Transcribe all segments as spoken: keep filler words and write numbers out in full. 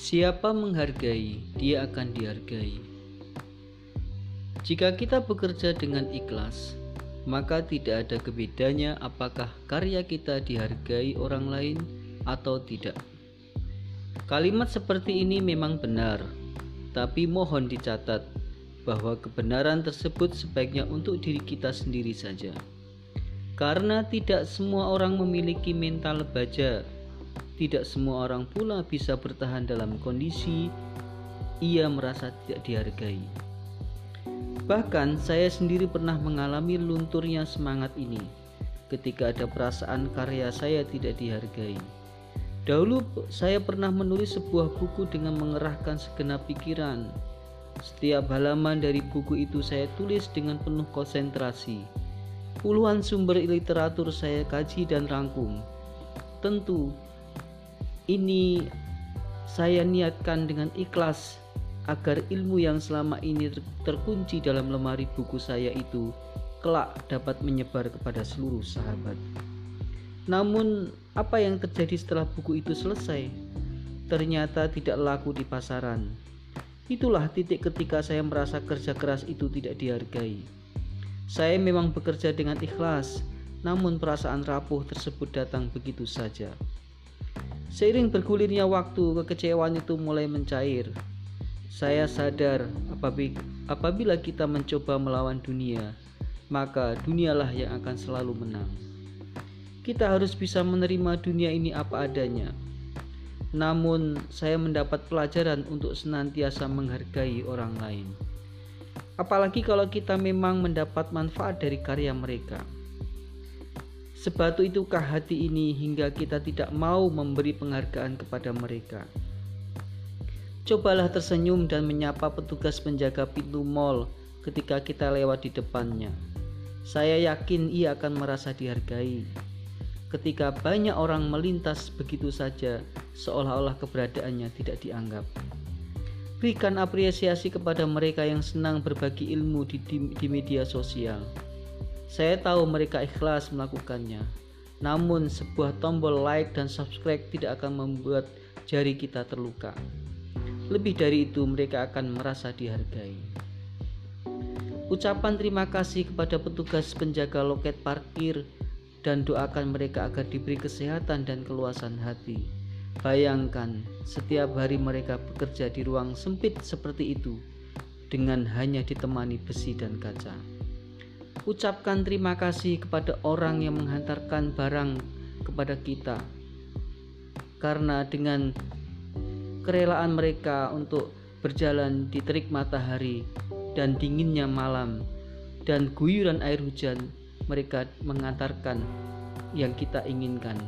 Siapa menghargai, dia akan dihargai. Jika kita bekerja dengan ikhlas, maka tidak ada bedanya apakah karya kita dihargai orang lain atau tidak. Kalimat seperti ini memang benar, tapi mohon dicatat bahwa kebenaran tersebut sebaiknya untuk diri kita sendiri saja. Karena tidak semua orang memiliki mental baja. Tidak semua orang pula bisa bertahan dalam kondisi ia merasa tidak dihargai. Bahkan saya sendiri pernah mengalami lunturnya semangat ini ketika ada perasaan karya saya tidak dihargai. Dahulu saya pernah menulis sebuah buku dengan mengerahkan segenap pikiran. Setiap halaman dari buku itu saya tulis dengan penuh konsentrasi. Puluhan sumber literatur saya kaji dan rangkum. Tentu ini saya niatkan dengan ikhlas agar ilmu yang selama ini terkunci dalam lemari buku saya itu kelak dapat menyebar kepada seluruh sahabat. Namun apa yang terjadi setelah buku itu selesai? Ternyata tidak laku di pasaran. Itulah titik ketika saya merasa kerja keras itu tidak dihargai. Saya memang bekerja dengan ikhlas, namun perasaan rapuh tersebut datang begitu saja. Seiring bergulirnya waktu, kekecewaan itu mulai mencair. Saya sadar apabila kita mencoba melawan dunia, maka dunialah yang akan selalu menang. Kita harus bisa menerima dunia ini apa adanya. Namun saya mendapat pelajaran untuk senantiasa menghargai orang lain. Apalagi kalau kita memang mendapat manfaat dari karya mereka. Sebatu itukah hati ini hingga kita tidak mau memberi penghargaan kepada mereka? Cobalah tersenyum dan menyapa petugas penjaga pintu mal ketika kita lewat di depannya. Saya yakin ia akan merasa dihargai. Ketika banyak orang melintas begitu saja, seolah-olah keberadaannya tidak dianggap. Berikan apresiasi kepada mereka yang senang berbagi ilmu di, di, di media sosial. Saya tahu mereka ikhlas melakukannya. Namun sebuah tombol like dan subscribe tidak akan membuat jari kita terluka. Lebih dari itu, mereka akan merasa dihargai. Ucapan terima kasih kepada petugas penjaga loket parkir dan doakan mereka agar diberi kesehatan dan keluasan hati. Bayangkan, setiap hari mereka bekerja di ruang sempit seperti itu dengan hanya ditemani besi dan kaca. Ucapkan terima kasih kepada orang yang menghantarkan barang kepada kita, karena dengan kerelaan mereka untuk berjalan di terik matahari dan dinginnya malam dan guyuran air hujan, mereka mengantarkan yang kita inginkan.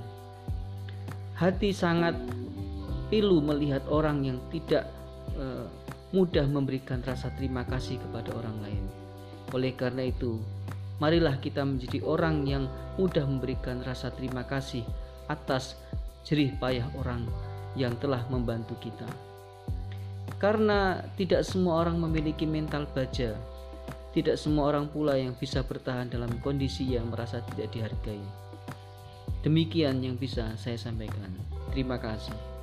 Hati sangat pilu melihat orang yang tidak uh, mudah memberikan rasa terima kasih kepada orang lain. Oleh karena itu, marilah kita menjadi orang yang mudah memberikan rasa terima kasih atas jerih payah orang yang telah membantu kita. Karena tidak semua orang memiliki mental baja, tidak semua orang pula yang bisa bertahan dalam kondisi yang merasa tidak dihargai. Demikian yang bisa saya sampaikan. Terima kasih.